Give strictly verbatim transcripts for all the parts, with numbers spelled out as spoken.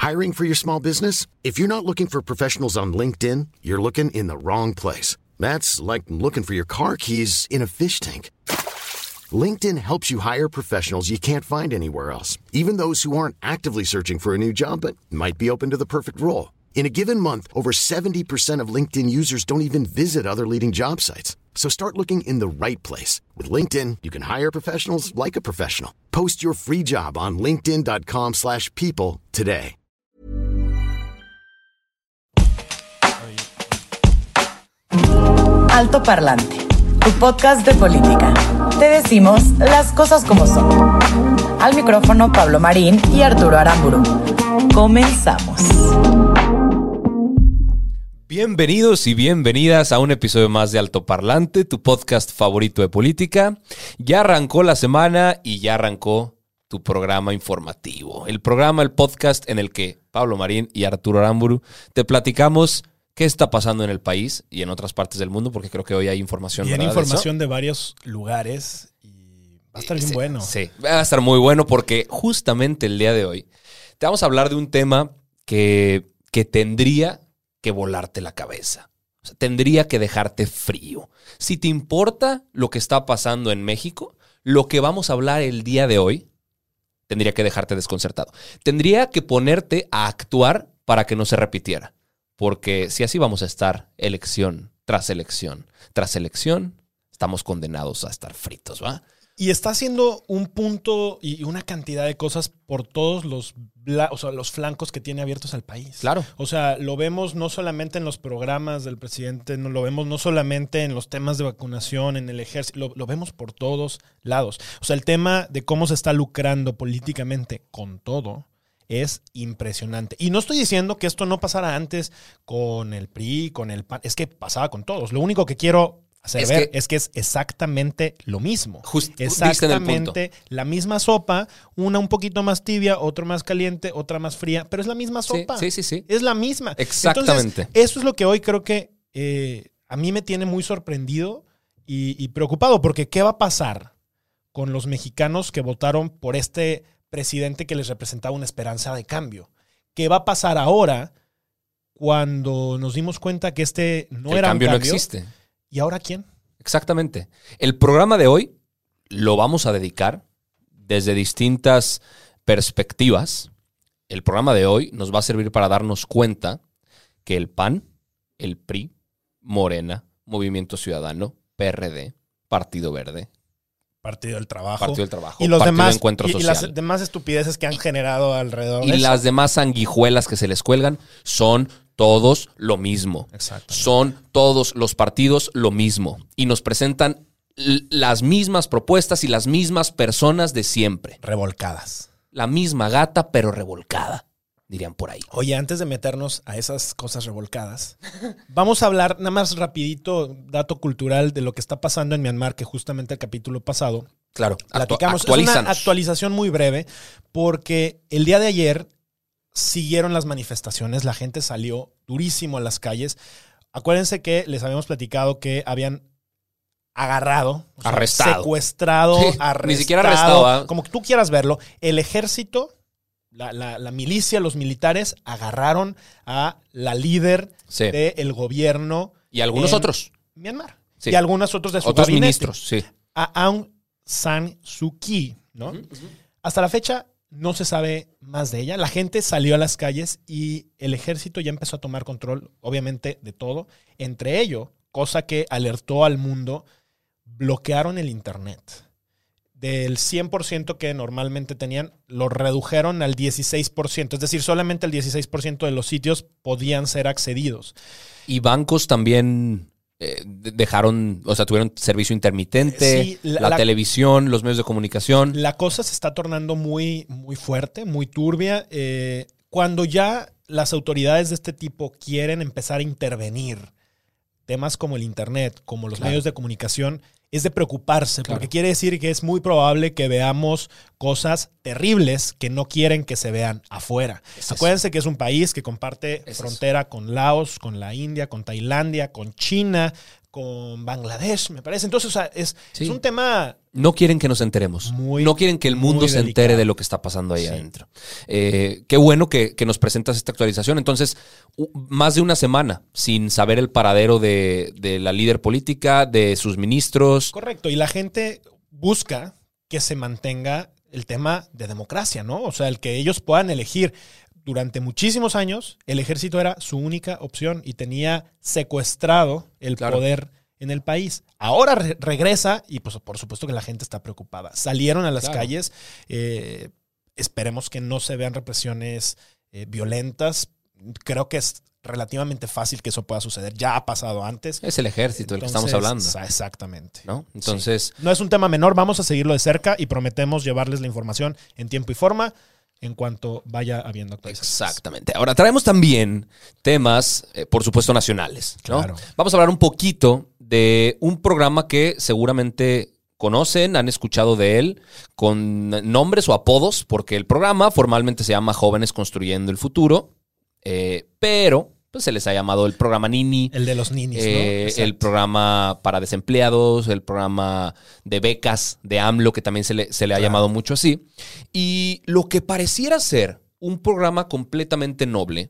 Hiring for your small business? If you're not looking for professionals on LinkedIn, you're looking in the wrong place. That's like looking for your car keys in a fish tank. LinkedIn helps you hire professionals you can't find anywhere else, even those who aren't actively searching for a new job but might be open to the perfect role. In a given month, over seventy percent of LinkedIn users don't even visit other leading job sites. So start looking in the right place. With LinkedIn, you can hire professionals like a professional. Post your free job on linkedin dot com slash people today. Alto Parlante, tu podcast de política. Te decimos las cosas como son. Al micrófono Pablo Marín y Arturo Aramburu. Comenzamos. Bienvenidos y bienvenidas a un episodio más de Alto Parlante, tu podcast favorito de política. Ya arrancó la semana y ya arrancó tu programa informativo. El programa, el podcast en el que Pablo Marín y Arturo Aramburu te platicamos qué está pasando en el país y en otras partes del mundo, porque creo que hoy hay información. Y hay información de, de varios lugares y va a estar bien sí, bueno. Sí, va a estar muy bueno porque justamente el día de hoy te vamos a hablar de un tema que, que tendría que volarte la cabeza. O sea, tendría que dejarte frío. Si te importa lo que está pasando en México, lo que vamos a hablar el día de hoy tendría que dejarte desconcertado. Tendría que ponerte a actuar para que no se repitiera. Porque si así vamos a estar elección tras elección tras elección, estamos condenados a estar fritos, ¿va? Y está haciendo un punto y una cantidad de cosas por todos los, o sea, los flancos que tiene abiertos al país. Claro. O sea, lo vemos no solamente en los programas del presidente, no, lo vemos no solamente en los temas de vacunación, en el ejército, lo, lo vemos por todos lados. O sea, el tema de cómo se está lucrando políticamente con todo es impresionante. Y no estoy diciendo que esto no pasara antes con el P R I, con el P A N. Es que pasaba con todos. Lo único que quiero hacer es ver que, es que es exactamente lo mismo. Just, exactamente la misma sopa, una un poquito más tibia, otra más caliente, otra más fría, pero es la misma sopa. Sí, sí, sí. Es la misma. Exactamente. Entonces, eso es lo que hoy creo que eh, a mí me tiene muy sorprendido y, y preocupado, porque ¿qué va a pasar con los mexicanos que votaron por este presidente que les representaba una esperanza de cambio? ¿Qué va a pasar ahora cuando nos dimos cuenta que este no el era cambio un cambio? no existe. ¿Y ahora quién? Exactamente. El programa de hoy lo vamos a dedicar desde distintas perspectivas. El programa de hoy nos va a servir para darnos cuenta que el P A N, el P R I, Morena, Movimiento Ciudadano, P R D, Partido Verde, Partido del Trabajo. Partido del Trabajo. Y los Partido demás de Encuentro y, y Social. las demás estupideces que han generado alrededor y de eso. las demás sanguijuelas que se les cuelgan son todos lo mismo. Exacto. Son todos los partidos lo mismo. Y nos presentan l- las mismas propuestas y las mismas personas de siempre. Revolcadas. La misma gata, pero revolcada, dirían por ahí. Oye, antes de meternos a esas cosas revolcadas, vamos a hablar nada más rapidito, dato cultural de lo que está pasando en Myanmar, que justamente el capítulo pasado Claro, platicamos. actu- Es una actualización muy breve, porque el día de ayer siguieron las manifestaciones, la gente salió durísimo a las calles. Acuérdense que les habíamos platicado que habían agarrado, o sea, arrestado, secuestrado, sí, arrestado, ni siquiera arrestado, ¿eh? Como que tú quieras verlo, el ejército, la, la, la milicia, los militares agarraron a la líder sí. del gobierno y algunos en otros, Myanmar, sí. y algunos otros de su otros gabinete, ministros, sí. a Aung San Suu Kyi, ¿no? Uh-huh, uh-huh. Hasta la fecha no se sabe más de ella. La gente salió a las calles y el ejército ya empezó a tomar control, obviamente, de todo. Entre ello, cosa que alertó al mundo, bloquearon el internet. Del cien por ciento que normalmente tenían, lo redujeron al dieciséis por ciento. Es decir, solamente el dieciséis por ciento de los sitios podían ser accedidos. Y bancos también eh, dejaron, o sea, tuvieron servicio intermitente, sí, la, la, la televisión, los medios de comunicación. La cosa se está tornando muy, muy fuerte, muy turbia. Eh, cuando ya las autoridades de este tipo quieren empezar a intervenir temas como el internet, como los claro. medios de comunicación, es de preocuparse, claro. porque quiere decir que es muy probable que veamos cosas terribles que no quieren que se vean afuera. Es Acuérdense eso. que es un país que comparte es frontera eso. con Laos, con la India, con Tailandia, con China, con Bangladesh, me parece. Entonces, o sea, es, Sí. es un tema... No quieren que nos enteremos. Muy, no quieren que el mundo muy se delicado. entere de lo que está pasando ahí Sí. adentro. Eh, qué bueno que, que nos presentas esta actualización. Entonces, u- más de una semana sin saber el paradero de, de la líder política, de sus ministros. Correcto, y la gente busca que se mantenga el tema de democracia, ¿no? O sea, el que ellos puedan elegir. Durante muchísimos años, el ejército era su única opción y tenía secuestrado el Claro. poder en el país. Ahora re- regresa y pues por supuesto que la gente está preocupada. Salieron a las Claro. calles. eh, esperemos que no se vean represiones eh, violentas. Creo que es relativamente fácil que eso pueda suceder. Ya ha pasado antes. Es el ejército del que estamos Entonces, hablando, sa- Exactamente. ¿no? Entonces, No es un tema menor, vamos a seguirlo de cerca y prometemos llevarles la información en tiempo y forma en cuanto vaya habiendo actualizaciones. exactamente. Ahora, traemos también temas, eh, por supuesto, nacionales, ¿no? Claro. Vamos a hablar un poquito de un programa que seguramente conocen, han escuchado de él, con nombres o apodos, porque el programa formalmente se llama Jóvenes Construyendo el Futuro, eh, pero pues se les ha llamado el programa Nini, El de los ninis, ¿no? eh, Exacto. el programa para desempleados, el programa de becas de AMLO, que también se le, se le ha Claro. llamado mucho así. Y lo que pareciera ser un programa completamente noble,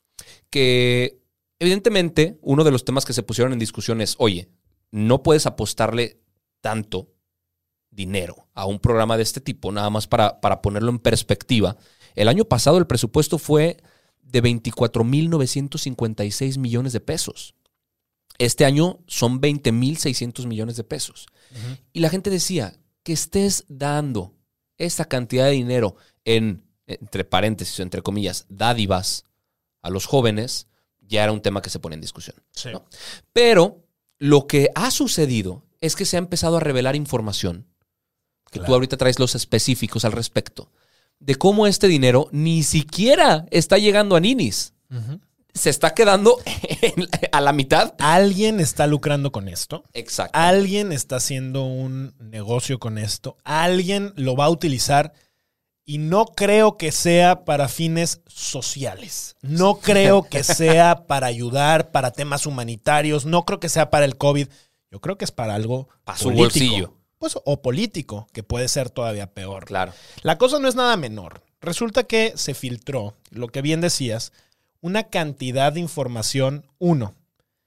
que evidentemente uno de los temas que se pusieron en discusión es, oye, no puedes apostarle tanto dinero a un programa de este tipo, nada más para, para ponerlo en perspectiva. El año pasado el presupuesto fue de veinticuatro mil novecientos cincuenta y seis millones de pesos. Este año son veinte mil seiscientos millones de pesos. Ujú. Y la gente decía que estés dando esa cantidad de dinero en, entre paréntesis o entre comillas, dádivas a los jóvenes, ya era un tema que se pone en discusión. Sí. ¿no? Pero lo que ha sucedido es que se ha empezado a revelar información, que Claro. tú ahorita traes los específicos al respecto, de cómo este dinero ni siquiera está llegando a ninis. Ujú. Se está quedando en- a la mitad. Alguien está lucrando con esto. Exacto. Alguien está haciendo un negocio con esto. Alguien lo va a utilizar y no creo que sea para fines sociales. No creo que sea para ayudar, para temas humanitarios. No creo que sea para el COVID. Yo creo que es para algo Para su político. bolsillo. Pues, o político, que puede ser todavía peor. Claro. La cosa no es nada menor. Resulta que se filtró, lo que bien decías, una cantidad de información. Uno,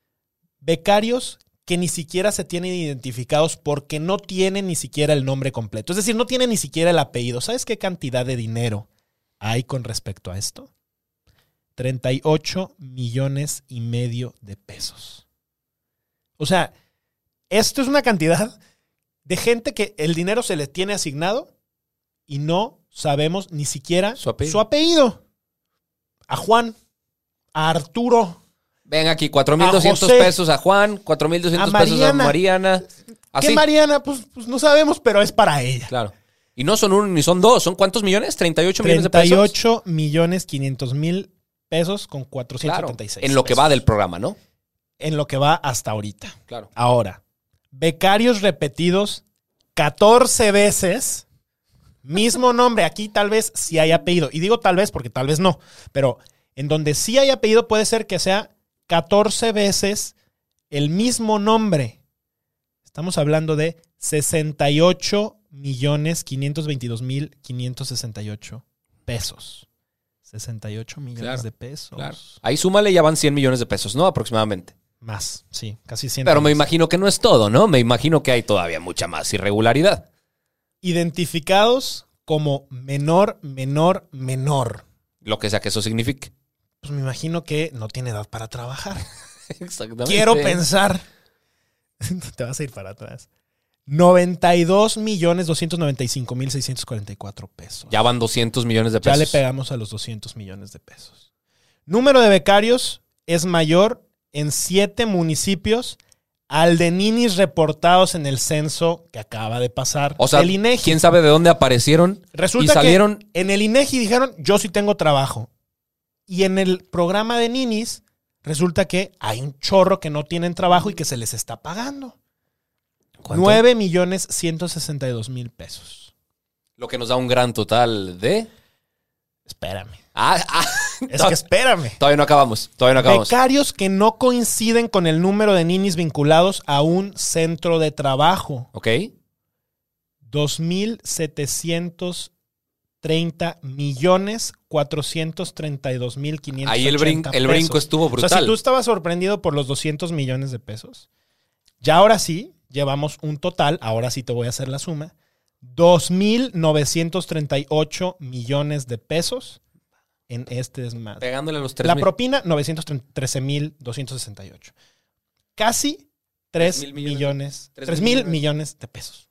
becarios que ni siquiera se tienen identificados porque no tienen ni siquiera el nombre completo. Es decir, no tienen ni siquiera el apellido. ¿Sabes qué cantidad de dinero hay con respecto a esto? treinta y ocho millones y medio de pesos. O sea, esto es una cantidad de gente que el dinero se le tiene asignado y no sabemos ni siquiera Su apellido. su apellido. A Juan, a Arturo, Ven aquí, cuatro mil doscientos A José. pesos a Juan, cuatro mil doscientos A pesos a Mariana. Mariana. Así. ¿qué Mariana? Pues, pues no sabemos, pero es para ella. Claro. Y no son uno ni son dos. ¿Son cuántos millones? ¿treinta y ocho millones de pesos? treinta y ocho millones quinientos mil pesos con cuatrocientos Claro. setenta y seis. En lo que pesos. va del programa, ¿no? En lo que va hasta ahorita. Claro. Ahora, becarios repetidos catorce veces, mismo nombre. Aquí tal vez sí hay apellido. Y digo tal vez porque tal vez no. Pero en donde sí hay apellido puede ser que sea catorce veces el mismo nombre. Estamos hablando de sesenta y ocho millones quinientos veintidós mil quinientos sesenta y ocho pesos. sesenta y ocho millones Claro, de pesos. Claro. Ahí súmale, ya van cien millones de pesos, ¿no? Aproximadamente. Más, sí, casi cien. Pero me millones. imagino que no es todo, ¿no? Me imagino que hay todavía mucha más irregularidad. Identificados como menor, menor, menor. Lo que sea que eso signifique. Pues me imagino que no tiene edad para trabajar. Exactamente. Quiero pensar. Te vas a ir para atrás. noventa y dos millones doscientos noventa y cinco mil seiscientos cuarenta y cuatro pesos. Ya van doscientos millones de Ya pesos. le pegamos a los doscientos millones de pesos. Número de becarios es mayor en siete municipios al de ninis reportados en el censo que acaba de pasar. O sea, el INEGI. ¿quién sabe de dónde aparecieron? Resulta y salieron... que en el INEGI dijeron, yo sí tengo trabajo. Y en el programa de ninis, resulta que hay un chorro que no tienen trabajo y que se les está pagando. ¿Cuánto? nueve millones ciento sesenta y dos mil pesos. Lo que nos da un gran total de... Espérame. Ah, ah, Es que espérame. Todavía no acabamos. Todavía no acabamos. Becarios que no coinciden con el número de ninis vinculados a un centro de trabajo. Ok. dos mil setecientos treinta millones cuatrocientos treinta y dos mil quinientos Ahí el, brin- el brinco estuvo brutal. O sea, si tú estabas sorprendido por los doscientos millones de pesos, ya ahora sí llevamos un total, ahora sí te voy a hacer la suma, dos mil novecientos treinta y ocho millones de pesos en este desmadre. Pegándole a los tres La mil. propina, novecientos trece mil doscientos sesenta y ocho. Casi tres mil millones, millones. tres Tres mil mil millones de pesos.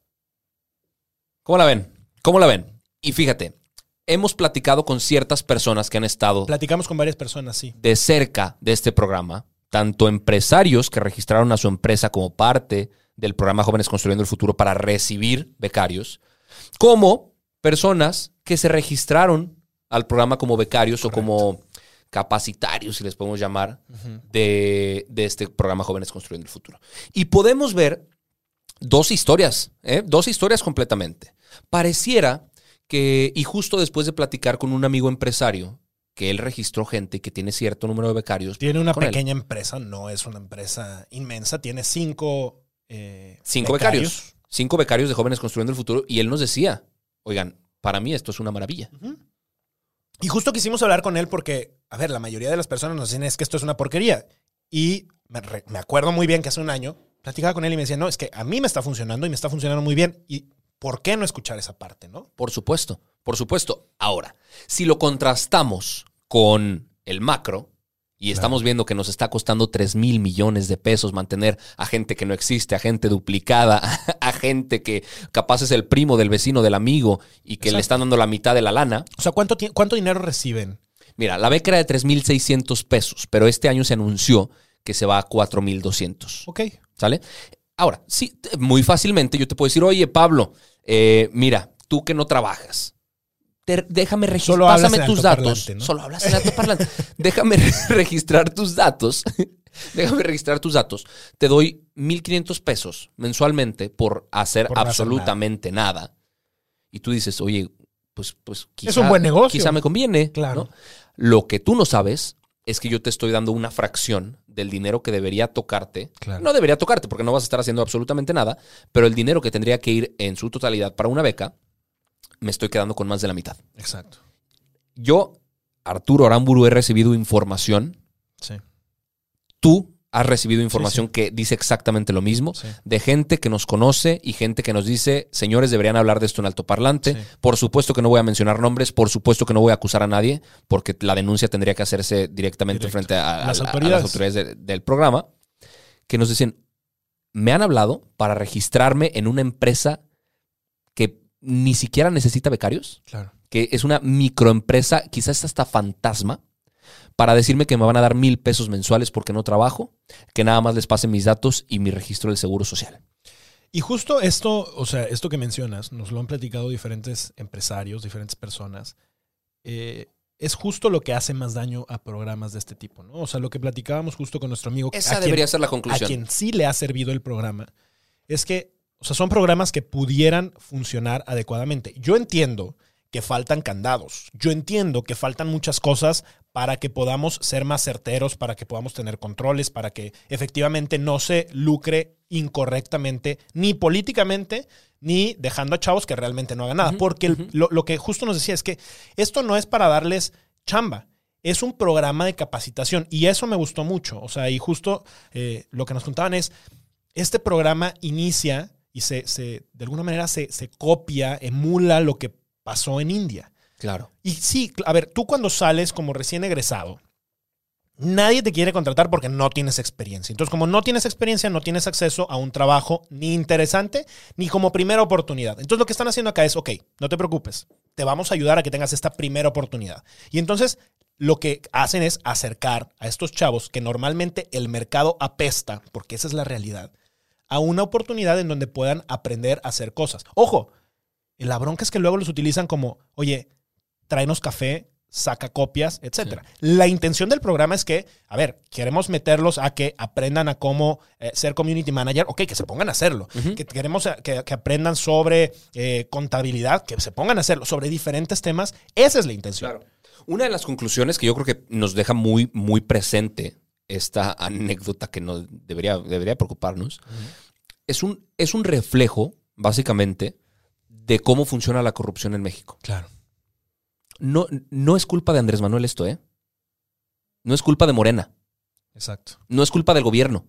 ¿Cómo la ven? ¿Cómo la ven? Y fíjate, hemos platicado con ciertas personas que han estado Platicamos con varias personas, sí. de cerca de este programa, tanto empresarios que registraron a su empresa como parte del programa Jóvenes Construyendo el Futuro para recibir becarios, como personas que se registraron al programa como becarios Correcto. O como capacitarios, si les podemos llamar, uh-huh. de, de este programa Jóvenes Construyendo el Futuro. Y podemos ver dos historias, ¿eh? dos historias completamente. Pareciera que, y justo después de platicar con un amigo empresario, que él registró gente que tiene cierto número de becarios. Tiene una pequeña él. empresa, no es una empresa inmensa, tiene cinco, eh, cinco becarios. becarios. Cinco becarios de Jóvenes Construyendo el Futuro. Y él nos decía, oigan, para mí esto es una maravilla. Uh-huh. Y justo quisimos hablar con él porque, a ver, la mayoría de las personas nos dicen es que esto es una porquería. Y me, re- me acuerdo muy bien que hace un año platicaba con él y me decía, no, es que a mí me está funcionando y me está funcionando muy bien. ¿Y por qué no escuchar esa parte, no? Por supuesto, por supuesto. Ahora, si lo contrastamos con el macro y claro. estamos viendo que nos está costando tres mil millones de pesos mantener a gente que no existe, a gente duplicada, a gente que capaz es el primo del vecino del amigo y que Exacto. le están dando la mitad de la lana. O sea, ¿cuánto, ti- cuánto dinero reciben? Mira, la beca era de tres mil seiscientos pesos, pero este año se anunció que se va a cuatro mil doscientos. Ok. ¿Sale? Ahora, sí, muy fácilmente yo te puedo decir, oye, Pablo, eh, mira, tú que no trabajas, te, déjame registrar, pásame tus datos. ¿No? Solo hablas en altoparlante. Déjame registrar tus datos. Déjame registrar tus datos. Te doy mil quinientos pesos mensualmente por hacer por absolutamente nada. nada. Y tú dices, oye, pues, pues quizá, es un buen negocio. Quizá me conviene. Claro. ¿no? Lo que tú no sabes es que yo te estoy dando una fracción del dinero que debería tocarte. Claro. No debería tocarte porque no vas a estar haciendo absolutamente nada, pero el dinero que tendría que ir en su totalidad para una beca, me estoy quedando con más de la mitad. Exacto. Yo, Arturo Aramburu, he recibido información. Sí. Tú has recibido información sí, sí. que dice exactamente lo mismo, sí. de gente que nos conoce y gente que nos dice, señores, deberían hablar de esto en altoparlante. Sí. Por supuesto que no voy a mencionar nombres, por supuesto que no voy a acusar a nadie, porque la denuncia tendría que hacerse directamente Directo. frente a, a, las a, autoridades, a las autoridades de, del programa, que nos dicen, me han hablado para registrarme en una empresa que ni siquiera necesita becarios, claro. que es una microempresa, quizás hasta fantasma, para decirme que me van a dar mil pesos mensuales porque no trabajo, que nada más les pasen mis datos y mi registro del Seguro Social. Y justo esto, o sea, esto que mencionas, nos lo han platicado diferentes empresarios, diferentes personas, eh, es justo lo que hace más daño a programas de este tipo, ¿no? O sea, lo que platicábamos justo con nuestro amigo. Esa debería quien, ser la conclusión. A quien sí le ha servido el programa, es que, o sea, son programas que pudieran funcionar adecuadamente. Yo entiendo que faltan candados. Yo entiendo que faltan muchas cosas para que podamos ser más certeros, para que podamos tener controles, para que efectivamente no se lucre incorrectamente, ni políticamente, ni dejando a chavos que realmente no hagan nada. Uh-huh, Porque el, uh-huh. lo, lo que justo nos decía es que esto no es para darles chamba, es un programa de capacitación. Y eso me gustó mucho. O sea, y justo eh, lo que nos contaban es, este programa inicia y se, se de alguna manera se, se copia, emula lo que pasó en India. Claro. Y sí, a ver, tú cuando sales como recién egresado, nadie te quiere contratar porque no tienes experiencia. Entonces, como no tienes experiencia, no tienes acceso a un trabajo ni interesante, ni como primera oportunidad. Entonces, lo que están haciendo acá es, ok, no te preocupes, te vamos a ayudar a que tengas esta primera oportunidad. Y entonces, lo que hacen es acercar a estos chavos que normalmente el mercado apesta, porque esa es la realidad, a una oportunidad en donde puedan aprender a hacer cosas. Ojo, la bronca es que luego los utilizan como, oye, tráenos café, saca copias, etcétera. Sí. La intención del programa es que, a ver, queremos meterlos a que aprendan a cómo eh, ser community manager. Ok, que se pongan a hacerlo. Uh-huh. Que queremos que, que aprendan sobre eh, contabilidad, que se pongan a hacerlo. Sobre diferentes temas. Esa es la intención. Claro. Una de las conclusiones que yo creo que nos deja muy, muy presente esta anécdota que nos debería, debería preocuparnos, uh-huh. es, un, es un reflejo, básicamente, de cómo funciona la corrupción en México. Claro. No, no es culpa de Andrés Manuel esto, ¿eh? No es culpa de Morena. Exacto. No es culpa del gobierno.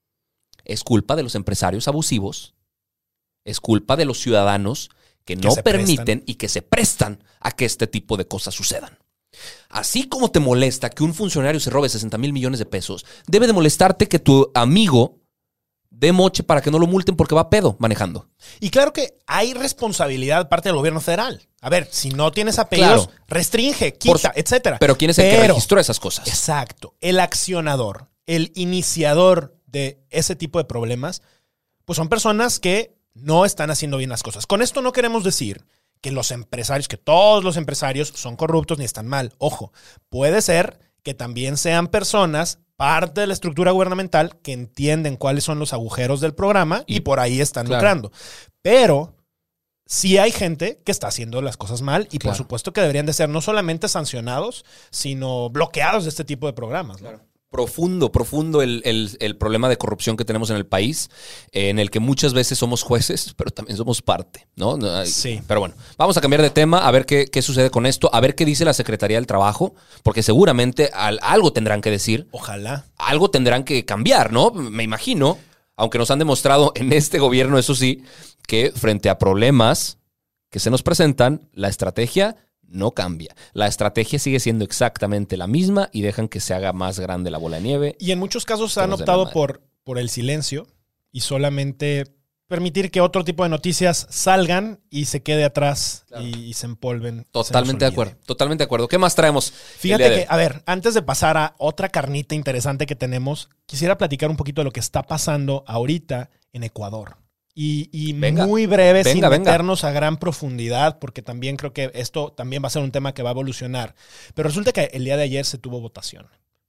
Es culpa de los empresarios abusivos. Es culpa de los ciudadanos que no que permiten prestan. y que se prestan a que este tipo de cosas sucedan. Así como te molesta que un funcionario se robe sesenta mil millones de pesos, debe de molestarte que tu amigo dé moche para que no lo multen porque va pedo manejando. Y claro que hay responsabilidad de parte del gobierno federal. A ver, si no tienes apellidos, Claro. restringe, quita, Por, etcétera. Pero ¿quién es el Pero, que registró esas cosas? Exacto. El accionador, el iniciador de ese tipo de problemas, pues son personas que no están haciendo bien las cosas. Con esto no queremos decir que los empresarios, que todos los empresarios son corruptos ni están mal. Ojo, puede ser que también sean personas, parte de la estructura gubernamental, que entienden cuáles son los agujeros del programa y, y por ahí están claro. lucrando. Pero sí hay gente que está haciendo las cosas mal y claro. por supuesto que deberían de ser no solamente sancionados, sino bloqueados de este tipo de programas, ¿no? Claro. Profundo, profundo el, el, el problema de corrupción que tenemos en el país, eh, en el que muchas veces somos jueces, pero también somos parte, ¿no? Sí. Pero bueno, vamos a cambiar de tema, a ver qué, qué sucede con esto, a ver qué dice la Secretaría del Trabajo, porque seguramente al, algo tendrán que decir. Ojalá. Algo tendrán que cambiar, ¿no? Me imagino, aunque nos han demostrado en este gobierno, eso sí, que frente a problemas que se nos presentan, la estrategia no cambia. La estrategia sigue siendo exactamente la misma y dejan que se haga más grande la bola de nieve. Y en muchos casos han optado por, por el silencio y solamente permitir que otro tipo de noticias salgan y se quede atrás claro. y, y se empolven. Totalmente de acuerdo, totalmente de acuerdo. ¿Qué más traemos? Fíjate que, a ver, antes de pasar a otra carnita interesante que tenemos, quisiera platicar un poquito de lo que está pasando ahorita en Ecuador. Y, y venga, muy breve, venga, sin meternos venga. a gran profundidad, porque también creo que esto también va a ser un tema que va a evolucionar. Pero resulta que el día de ayer se tuvo votación.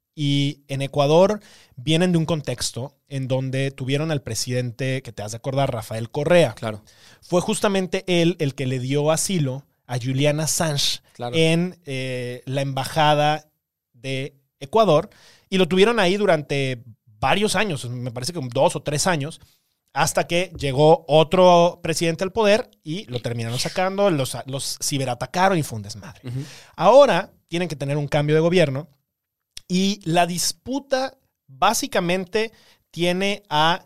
Y en Ecuador vienen de un contexto en donde tuvieron al presidente, que te has de acordar, Rafael Correa. Claro. Fue justamente él el que le dio asilo a Julian Assange claro. en eh, la embajada de Ecuador. Y lo tuvieron ahí durante varios años, me parece que dos o tres años, hasta que llegó otro presidente al poder y lo terminaron sacando, los, los ciberatacaron y fue un desmadre. Uh-huh. Ahora tienen que tener un cambio de gobierno y la disputa básicamente tiene a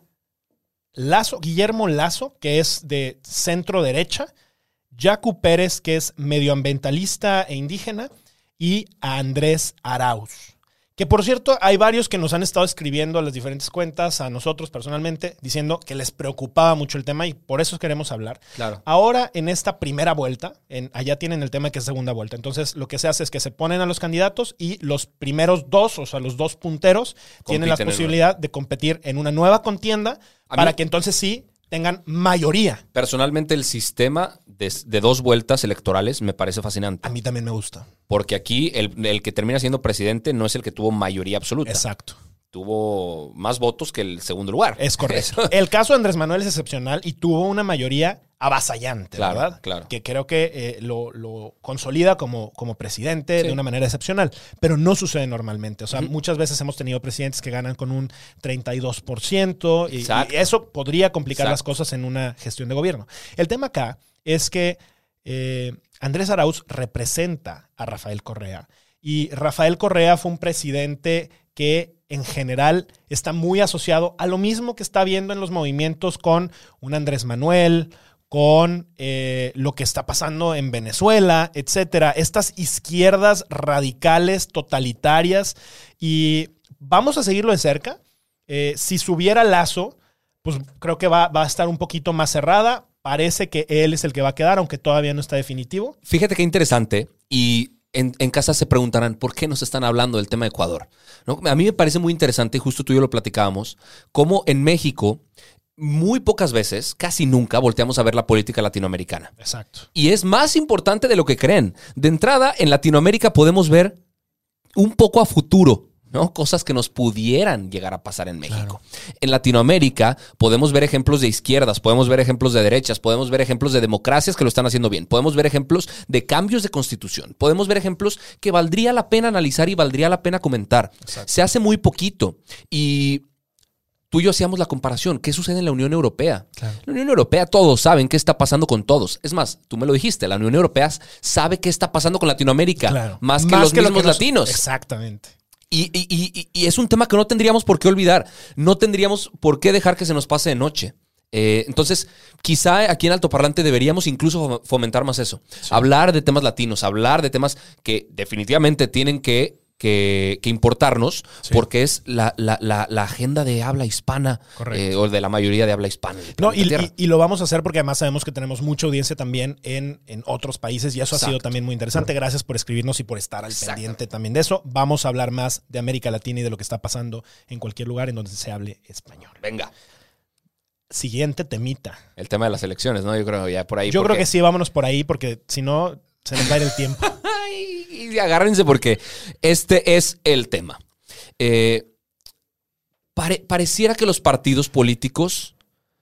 Lazo, Guillermo Lazo, que es de centro derecha, Yacu Pérez, que es medioambientalista e indígena, y a Andrés Arauz. Que por cierto, hay varios que nos han estado escribiendo a las diferentes cuentas, a nosotros personalmente, diciendo que les preocupaba mucho el tema y por eso queremos hablar. Claro. Ahora, en esta primera vuelta, en, allá tienen el tema que es segunda vuelta. Entonces, lo que se hace es que se ponen a los candidatos y los primeros dos, o sea, los dos punteros, compiten tienen la posibilidad de competir en una nueva contienda a para mí, que entonces sí tengan mayoría. Personalmente, el sistema de, de dos vueltas electorales me parece fascinante. A mí también me gusta. Porque aquí el, el que termina siendo presidente no es el que tuvo mayoría absoluta. Exacto. Tuvo más votos que el segundo lugar. Es correcto. El caso de Andrés Manuel es excepcional y tuvo una mayoría avasallante, claro, ¿verdad? Claro. Que creo que eh, lo, lo consolida como, como presidente sí. de una manera excepcional. Pero no sucede normalmente. O sea, uh-huh. muchas veces hemos tenido presidentes que ganan con un treinta y dos por ciento y, y eso podría complicar Exacto. las cosas en una gestión de gobierno. El tema acá es que eh, Andrés Arauz representa a Rafael Correa y Rafael Correa fue un presidente que en general está muy asociado a lo mismo que está viendo en los movimientos con un Andrés Manuel, con eh, lo que está pasando en Venezuela, etcétera. Estas izquierdas radicales, totalitarias, y vamos a seguirlo de cerca. Eh, si subiera Lazo, pues creo que va, va a estar un poquito más cerrada. Parece que él es el que va a quedar, aunque todavía no está definitivo. Fíjate qué interesante. Y en, en casa se preguntarán, ¿por qué nos están hablando del tema de Ecuador? ¿No? A mí me parece muy interesante, y justo tú y yo lo platicábamos, cómo en México muy pocas veces, casi nunca, volteamos a ver la política latinoamericana. Exacto. Y es más importante de lo que creen. De entrada, en Latinoamérica podemos ver un poco a futuro. ¿no? Cosas que nos pudieran llegar a pasar en México. Claro. En Latinoamérica podemos ver ejemplos de izquierdas, podemos ver ejemplos de derechas, podemos ver ejemplos de democracias que lo están haciendo bien, podemos ver ejemplos de cambios de constitución, podemos ver ejemplos que valdría la pena analizar y valdría la pena comentar. Exacto. Se hace muy poquito y tú y yo hacíamos la comparación. ¿Qué sucede en la Unión Europea? Claro. La Unión Europea, todos saben qué está pasando con todos. Es más, tú me lo dijiste, la Unión Europea sabe qué está pasando con Latinoamérica, claro. más que más los que mismos lo que nos... latinos. Exactamente. Y, y, y, y es un tema que no tendríamos por qué olvidar. No tendríamos por qué dejar que se nos pase de noche. Eh, entonces, quizá aquí en Altoparlante deberíamos incluso fomentar más eso. Sí. Hablar de temas latinos, hablar de temas que definitivamente tienen que... Que, que importarnos, sí. porque es la, la, la, la agenda de habla hispana eh, o de la mayoría de habla hispana. No, y, y, y lo vamos a hacer porque además sabemos que tenemos mucha audiencia también en, en otros países y eso Exacto. ha sido también muy interesante. Gracias por escribirnos y por estar al Exacto. pendiente también de eso. Vamos a hablar más de América Latina y de lo que está pasando en cualquier lugar en donde se hable español. Venga. Siguiente temita. El tema de las elecciones, ¿no? Yo creo ya por ahí. Yo porque... creo que sí, vámonos por ahí porque si no se nos va a ir el tiempo. Y agárrense porque este es el tema. Eh, pare, pareciera que los partidos políticos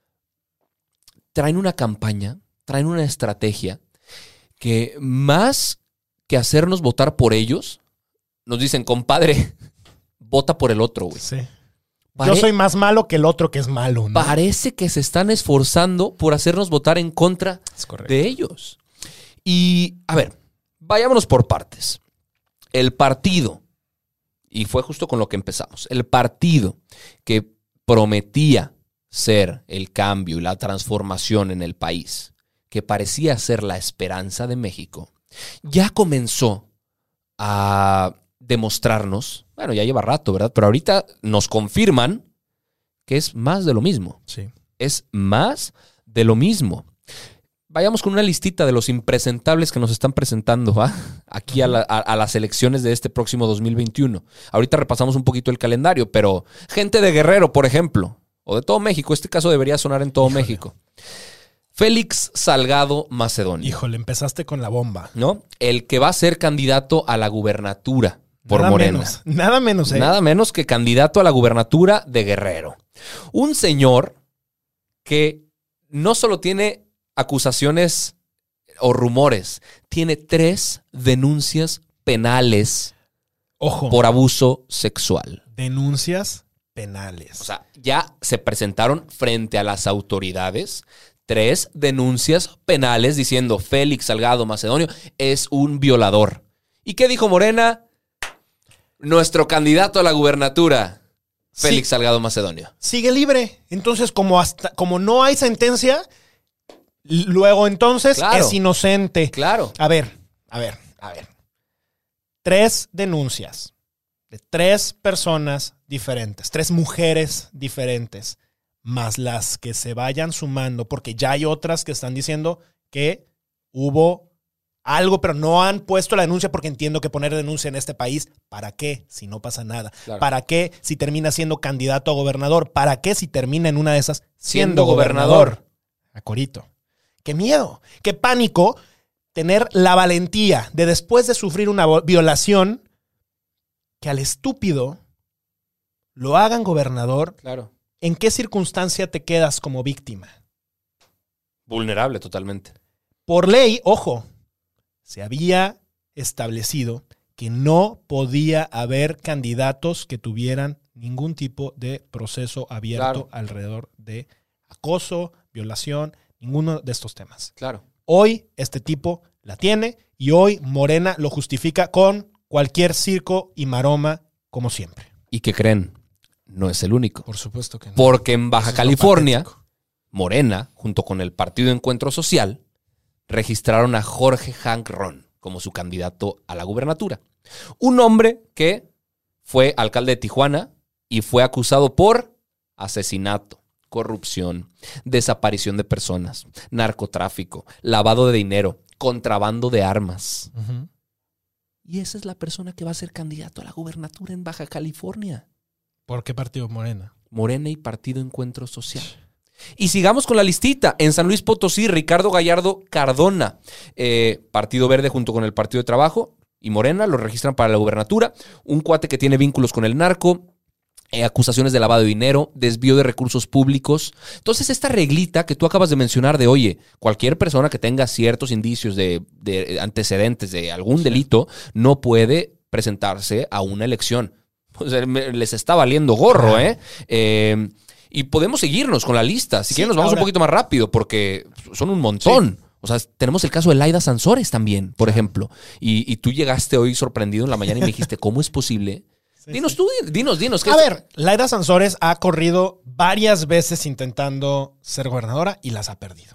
traen una campaña, traen una estrategia que más que hacernos votar por ellos, nos dicen, compadre, vota por el otro, güey. Sí. Pare- Yo soy más malo que el otro que es malo, ¿no? Parece que se están esforzando por hacernos votar en contra de ellos. Y, a ver, vayámonos por partes. El partido, y fue justo con lo que empezamos, el partido que prometía ser el cambio y la transformación en el país, que parecía ser la esperanza de México, ya comenzó a demostrarnos, bueno, ya lleva rato, ¿verdad? Pero ahorita nos confirman que es más de lo mismo. Sí. Es más de lo mismo. Vayamos con una listita de los impresentables que nos están presentando, ¿va? Aquí a, la, a, a las elecciones de este próximo dos mil veintiuno. Ahorita repasamos un poquito el calendario, pero gente de Guerrero, por ejemplo, o de todo México, este caso debería sonar en todo Híjole. México. Félix Salgado Macedonio. Híjole, empezaste con la bomba. ¿No? El que va a ser candidato a la gubernatura por nada Morena. Menos, nada menos, ¿eh? Nada menos que candidato a la gubernatura de Guerrero. Un señor que no solo tiene acusaciones o rumores, tiene tres denuncias penales Ojo. por abuso sexual. Denuncias penales. O sea, ya se presentaron frente a las autoridades tres denuncias penales diciendo Félix Salgado Macedonio es un violador. ¿Y qué dijo Morena? Nuestro candidato a la gubernatura, Félix sí. Salgado Macedonio. Sigue libre. Entonces, como, hasta, como no hay sentencia... Luego, entonces, claro, es inocente. Claro. A ver, a ver, a ver. Tres denuncias de tres personas diferentes, tres mujeres diferentes, más las que se vayan sumando, porque ya hay otras que están diciendo que hubo algo, pero no han puesto la denuncia porque entiendo que poner denuncia en este país, ¿para qué si no pasa nada? Claro. ¿Para qué si termina siendo candidato a gobernador? ¿Para qué si termina en una de esas siendo, siendo gobernador? gobernador? A Corito. ¡Qué miedo! ¡Qué pánico! Tener la valentía de después de sufrir una violación que al estúpido lo hagan gobernador. Claro. ¿En qué circunstancia te quedas como víctima? Vulnerable totalmente. Por ley, ojo, se había establecido que no podía haber candidatos que tuvieran ningún tipo de proceso abierto claro. alrededor de acoso, violación, ninguno de estos temas. Claro. Hoy este tipo la tiene y hoy Morena lo justifica con cualquier circo y maroma como siempre. ¿Y qué creen? No es el único. Por supuesto que no. Porque en Baja California, Morena, junto con el Partido Encuentro Social, registraron a Jorge Hank Ron como su candidato a la gubernatura. Un hombre que fue alcalde de Tijuana y fue acusado por asesinato, corrupción, desaparición de personas, narcotráfico, lavado de dinero, contrabando de armas. Uh-huh. Y esa es la persona que va a ser candidato a la gubernatura en Baja California. ¿Por qué partido? Morena. Morena y Partido Encuentro Social. Y sigamos con la listita. En San Luis Potosí, Ricardo Gallardo Cardona, eh, Partido Verde junto con el Partido de Trabajo, y Morena lo registran para la gubernatura. Un cuate que tiene vínculos con el narco, eh, acusaciones de lavado de dinero, desvío de recursos públicos. Entonces, esta reglita que tú acabas de mencionar de, oye, cualquier persona que tenga ciertos indicios de, de antecedentes de algún delito no puede presentarse a una elección. O sea, les está valiendo gorro, ¿eh? eh y podemos seguirnos con la lista. Si sí, quieren, nos vamos ahora un poquito más rápido porque son un montón. Sí. O sea, tenemos el caso de Laida Sansores también, por ejemplo. Y, y tú llegaste hoy sorprendido en la mañana y me dijiste, ¿cómo es posible? Sí, dinos sí. tú, dinos, dinos. ¿qué A es? ver, Laida Sansores ha corrido varias veces intentando ser gobernadora y las ha perdido.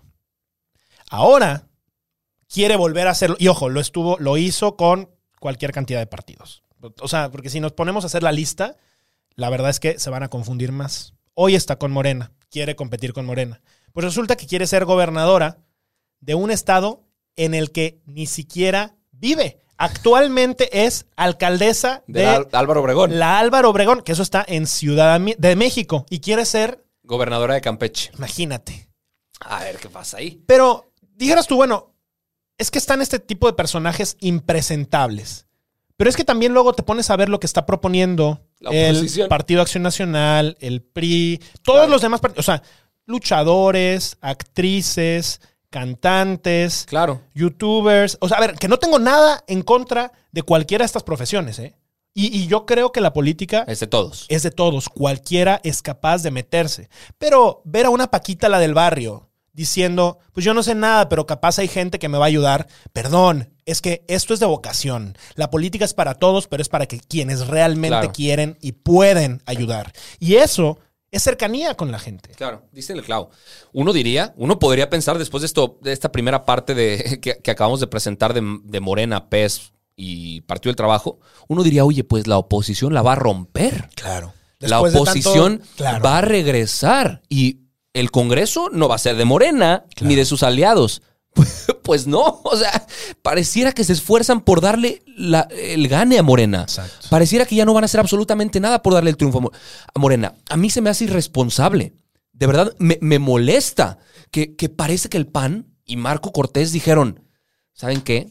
Ahora quiere volver a hacerlo. Y ojo, lo estuvo, lo hizo con cualquier cantidad de partidos. O sea, porque si nos ponemos a hacer la lista, la verdad es que se van a confundir más. Hoy está con Morena, quiere competir con Morena. Pues resulta que quiere ser gobernadora de un estado en el que ni siquiera vive. Actualmente es alcaldesa de, de la Álvaro Obregón. La Álvaro Obregón, que eso está en Ciudad de México. Y quiere ser gobernadora de Campeche. Imagínate. A ver qué pasa ahí. Pero dijeras tú, bueno, es que están este tipo de personajes impresentables. Pero es que también luego te pones a ver lo que está proponiendo el Partido Acción Nacional, el P R I, todos claro. los demás partidos. O sea, luchadores, actrices, cantantes, claro. youtubers. O sea, a ver, que no tengo nada en contra de cualquiera de estas profesiones, ¿eh? Y, y yo creo que la política es de todos. Es de todos. Cualquiera es capaz de meterse. Pero ver a una Paquita, la del barrio, diciendo, pues yo no sé nada, pero capaz hay gente que me va a ayudar. Perdón, es que esto es de vocación. La política es para todos, pero es para que quienes realmente claro. quieren y pueden ayudar. Y eso es cercanía con la gente. Claro, dice el clavo. Uno diría, uno podría pensar después de esto, de esta primera parte de, que, que acabamos de presentar de, de Morena, P E S y Partido del Trabajo, uno diría, oye, pues la oposición la va a romper. Claro. Después la oposición de tanto, claro. va a regresar y el Congreso no va a ser de Morena claro. ni de sus aliados. Pues no, o sea, pareciera que se esfuerzan por darle la, el gane a Morena. Exacto. Pareciera que ya no van a hacer absolutamente nada por darle el triunfo a Morena. A mí se me hace irresponsable. De verdad, me, me molesta que, que parece que el P A N y Marco Cortés dijeron, ¿saben qué?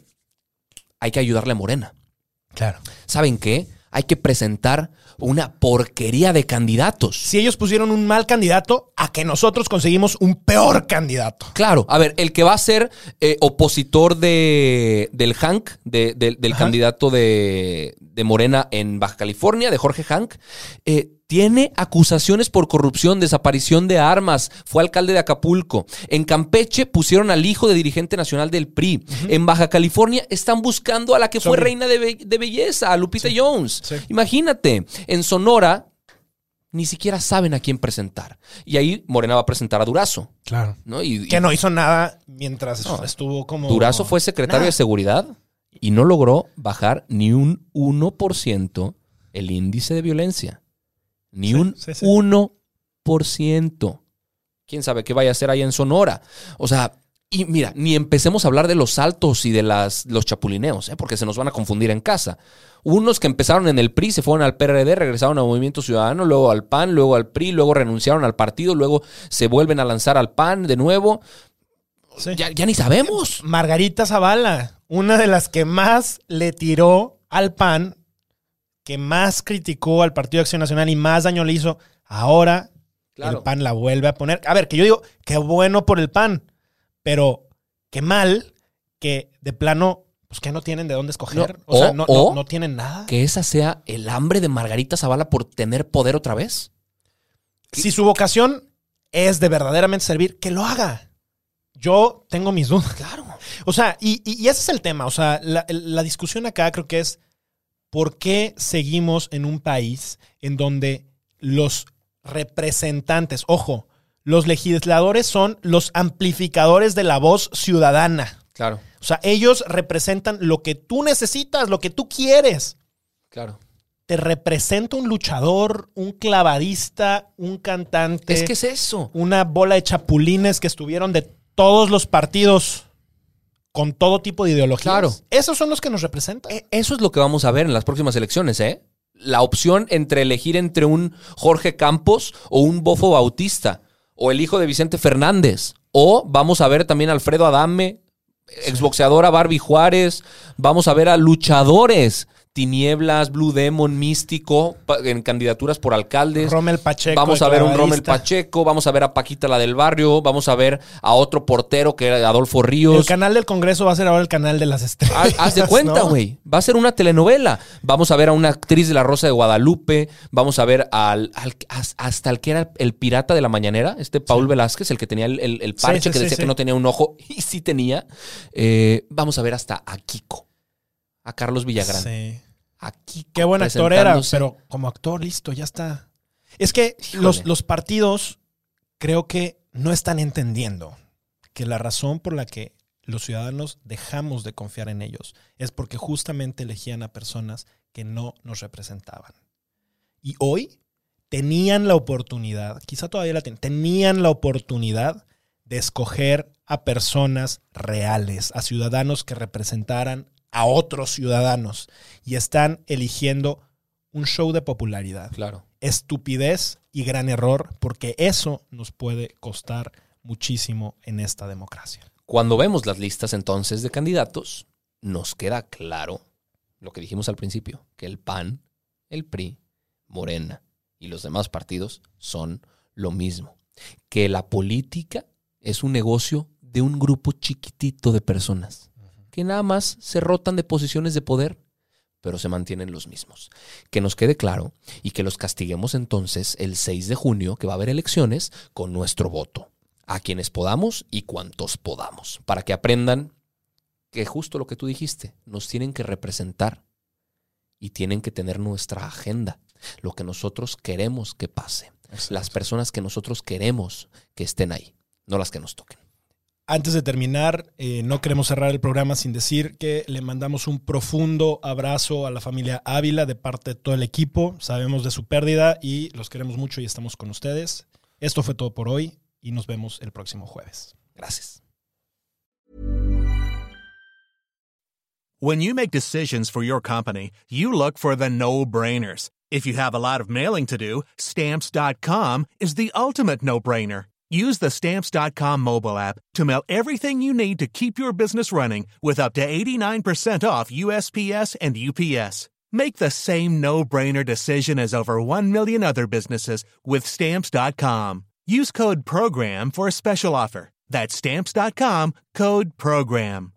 Hay que ayudarle a Morena. Claro. ¿Saben qué? Hay que presentar una porquería de candidatos. Si ellos pusieron un mal candidato, a que nosotros conseguimos un peor candidato. Claro. A ver, el que va a ser eh, opositor de, del Hank, de, de, del Ajá. candidato de, de Morena en Baja California, de Jorge Hank, eh, tiene acusaciones por corrupción, desaparición de armas, fue alcalde de Acapulco. En Campeche pusieron al hijo de dirigente nacional del P R I. Uh-huh. En Baja California están buscando a la que fue Sobre. reina de, be- de belleza, a Lupita sí. Jones. Sí. Imagínate, en Sonora ni siquiera saben a quién presentar. Y ahí Morena va a presentar a Durazo. Claro. ¿No? Y, y, que no hizo nada mientras no, estuvo como... Durazo fue secretario nada. de Seguridad y no logró bajar ni un uno por ciento el índice de violencia. Ni sí, un sí, sí. uno por ciento. ¿Quién sabe qué vaya a hacer ahí en Sonora? O sea, y mira, ni empecemos a hablar de los saltos y de las, los chapulineos, ¿eh? Porque se nos van a confundir en casa. Unos que empezaron en el P R I, se fueron al P R D, regresaron al Movimiento Ciudadano, luego al P A N, luego al P R I, luego renunciaron al partido, luego se vuelven a lanzar al P A N de nuevo. Sí. Ya, ya ni sabemos. Margarita Zavala, una de las que más le tiró al P A N, que más criticó al Partido de Acción Nacional y más daño le hizo, ahora claro. el P A N la vuelve a poner. A ver, que yo digo, qué bueno por el P A N, pero qué mal que de plano, pues que no tienen de dónde escoger. No, o, o sea, no, o no, no tienen nada. Que esa sea el hambre de Margarita Zavala por tener poder otra vez. Si su vocación es de verdaderamente servir, que lo haga. Yo tengo mis dudas. Claro. O sea, y, y, y ese es el tema. O sea, la, la discusión acá creo que es ¿por qué seguimos en un país en donde los representantes, ojo, los legisladores son los amplificadores de la voz ciudadana? Claro. O sea, ellos representan lo que tú necesitas, lo que tú quieres. Claro. Te representa un luchador, un clavadista, un cantante. Es que es eso. Una bola de chapulines que estuvieron de todos los partidos con todo tipo de ideologías. Claro. Esos son los que nos representan. Eso es lo que vamos a ver en las próximas elecciones, ¿eh? La opción entre elegir entre un Jorge Campos o un Bofo Bautista, o el hijo de Vicente Fernández, o vamos a ver también a Alfredo Adame, exboxeadora Barbie Juárez, vamos a ver a luchadores, Tinieblas, Blue Demon, Místico, en candidaturas por alcaldes. Rommel Pacheco. Vamos a ver un Rommel Pacheco, vamos a ver a Paquita la del barrio, vamos a ver a otro portero que era Adolfo Ríos. El canal del Congreso va a ser ahora el canal de las estrellas. Haz, haz de cuenta, güey. ¿No? Va a ser una telenovela. Vamos a ver a una actriz de La Rosa de Guadalupe, vamos a ver al, al hasta el que era el pirata de la mañanera, este Paul sí. Velázquez, el que tenía el, el, el parche sí, sí, que decía sí, que sí. no tenía un ojo y sí tenía. Eh, vamos a ver hasta a Kiko, a Carlos Villagrán. Sí. Aquí qué buen actor era, pero como actor, listo, ya está. Es que los, los partidos creo que no están entendiendo que la razón por la que los ciudadanos dejamos de confiar en ellos es porque justamente elegían a personas que no nos representaban. Y hoy tenían la oportunidad, quizá todavía la tienen, tenían la oportunidad de escoger a personas reales, a ciudadanos que representaran a otros ciudadanos y están eligiendo un show de popularidad. Claro. Estupidez y gran error, porque eso nos puede costar muchísimo en esta democracia. Cuando vemos las listas entonces de candidatos, nos queda claro lo que dijimos al principio, que el P A N, el P R I, Morena y los demás partidos son lo mismo. Que la política es un negocio de un grupo chiquitito de personas que nada más se rotan de posiciones de poder, pero se mantienen los mismos. Que nos quede claro y que los castiguemos entonces el seis de junio, que va a haber elecciones, con nuestro voto. A quienes podamos y cuantos podamos. Para que aprendan que justo lo que tú dijiste, nos tienen que representar y tienen que tener nuestra agenda. Lo que nosotros queremos que pase. Exacto. Las personas que nosotros queremos que estén ahí, no las que nos toquen. Antes de terminar, eh, no queremos cerrar el programa sin decir que le mandamos un profundo abrazo a la familia Ávila de parte de todo el equipo. Sabemos de su pérdida y los queremos mucho y estamos con ustedes. Esto fue todo por hoy y nos vemos el próximo jueves. Gracias. When you make decisions for your company, you look for the no-brainers. If you have a lot of mailing to do, Stamps dot com is the ultimate no-brainer. Use the Stamps dot com mobile app to mail everything you need to keep your business running with up to eighty-nine percent off U S P S and U P S. Make the same no-brainer decision as over one million other businesses with Stamps dot com. Use code PROGRAM for a special offer. That's Stamps dot com, code PROGRAM.